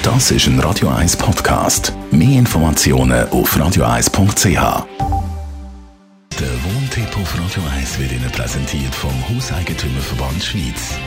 Das ist ein Radio 1 Podcast. Mehr Informationen auf radio1.ch. Der Wohntipp auf Radio 1 wird Ihnen präsentiert vom Hauseigentümerverband Schweiz.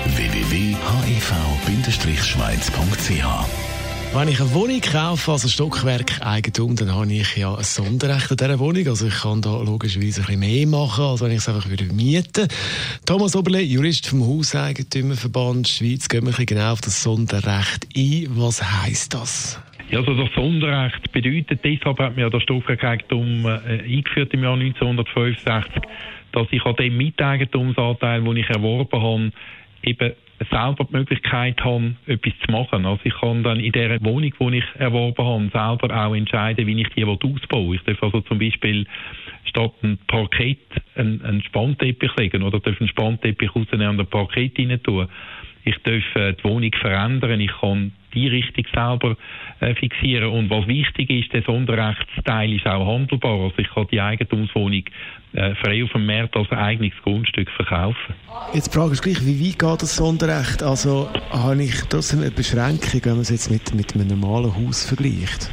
www.hev-schweiz.ch. Wenn ich eine Wohnung kaufe, also Stockwerkeigentum, dann habe ich ja ein Sonderrecht an dieser Wohnung. Also ich kann da logischerweise ein bisschen mehr machen, als wenn ich es einfach mieten würde. Thomas Oberle, Jurist vom Hauseigentümerverband Schweiz, gehen wir ein bisschen genau auf das Sonderrecht ein. Was heisst das? Ja, also das Sonderrecht bedeutet, deshalb hat man ja das Stockwerkeigentum eingeführt im Jahr 1965, dass ich an dem Miteigentumsanteil, den ich erworben habe, eben selber die Möglichkeit habe, etwas zu machen. Also ich kann dann in der Wohnung, die ich erworben habe, selber auch entscheiden, wie ich die ausbauen will. Ich darf also zum Beispiel statt ein Parkett einen Spannteppich legen oder darf einen Spannteppich rausnehmen und ein Parkett rein tun. Ich darf die Wohnung verändern, ich kann die Richtung selber fixieren. Und was wichtig ist, der Sonderrechtsteil ist auch handelbar. Also ich kann die Eigentumswohnung frei auf dem Markt als eigenes Grundstück verkaufen. Jetzt die Frage ist gleich, wie weit geht das Sonderrecht? Also habe ich trotzdem eine Beschränkung, wenn man es jetzt mit einem normalen Haus vergleicht?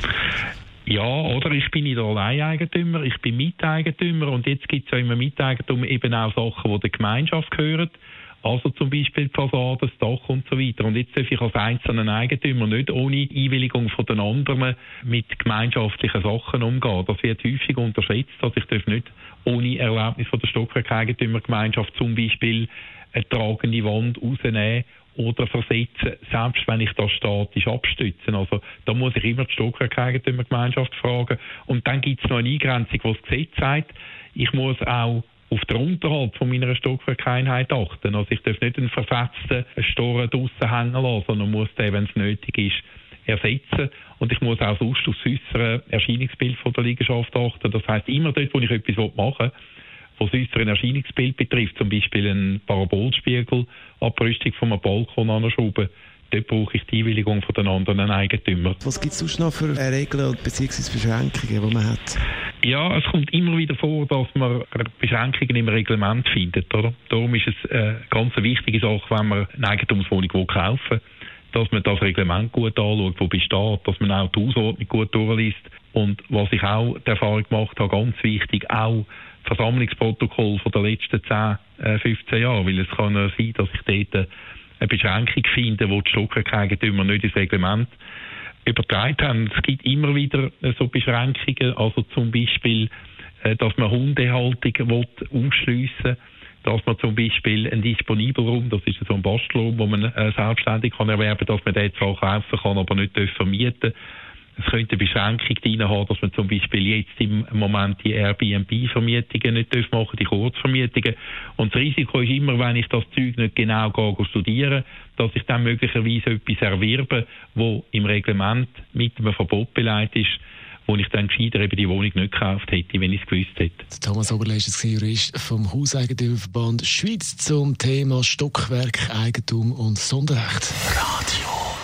Ja, oder? Ich bin nicht Alleineigentümer, ich bin Miteigentümer und jetzt gibt es ja im Miteigentum eben auch Sachen, die der Gemeinschaft gehören. Also zum Beispiel die Fassade, das Dach und so weiter. Und jetzt darf ich als einzelner Eigentümer nicht ohne Einwilligung von den anderen mit gemeinschaftlichen Sachen umgehen. Das wird häufig unterschätzt. Also ich darf nicht ohne Erlaubnis von der Stockwerkeigentümergemeinschaft zum Beispiel eine tragende Wand rausnehmen oder versetzen, selbst wenn ich das statisch abstützen. Also da muss ich immer die Stockwerkeigentümergemeinschaft fragen. Und dann gibt es noch eine Eingrenzung, die das Gesetz sagt. Ich muss auch auf den Unterhalt von meiner Stockwerkeinheit achten. Also ich darf nicht einen verfetzten Storen draussen hängen lassen, sondern muss den, wenn es nötig ist, ersetzen. Und ich muss auch sonst aufs äussere Erscheinungsbild von der Liegenschaft achten. Das heisst, immer dort, wo ich etwas machen will, was das äussere Erscheinungsbild betrifft, zum Beispiel einen Parabolspiegel, Abrüstung von einem Balkon anschrauben, dort brauche ich die Einwilligung von den anderen Eigentümern. Was gibt es sonst noch für Regeln bzw. Beschränkungen, die man hat? Ja, es kommt immer wieder vor, dass man Beschränkungen im Reglement findet. Oder? Darum ist es eine ganz wichtige Sache, wenn man eine Eigentumswohnung kaufen will, dass man das Reglement gut anschaut, das besteht, dass man auch die Hausordnung gut durchliest. Und was ich auch die Erfahrung gemacht habe, ganz wichtig, auch Versammlungsprotokoll von den letzten 10, 15 Jahren, weil es kann sein, dass ich dort eine Beschränkung finde, wo die Stockwerkeigentümer nicht ins Reglement übertragen haben. Es gibt immer wieder so Beschränkungen, also zum Beispiel, dass man Hundehaltung ausschliessen will, dass man zum Beispiel einen Disponibelraum, das ist so ein Bastelraum, wo man selbstständig kann erwerben kann, dass man den zwar kaufen kann, aber nicht vermieten darf. Es könnte eine Beschränkung drin haben, dass man zum Beispiel jetzt im Moment die Airbnb-Vermietungen nicht machen darf, die Kurzvermietungen. Und das Risiko ist immer, wenn ich das Zeug nicht genau studiere, dass ich dann möglicherweise etwas erwerbe, das im Reglement mit einem Verbot belegt ist, wo ich dann gescheiter eben die Wohnung nicht gekauft hätte, wenn ich es gewusst hätte. Thomas Oberle ist Jurist vom Hauseigentümerverband Schweiz zum Thema Stockwerk, Eigentum und Sonderrecht. Radio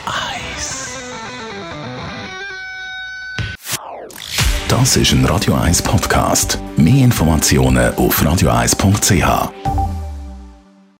1. Das ist ein Radio 1 Podcast. Mehr Informationen auf radio1.ch.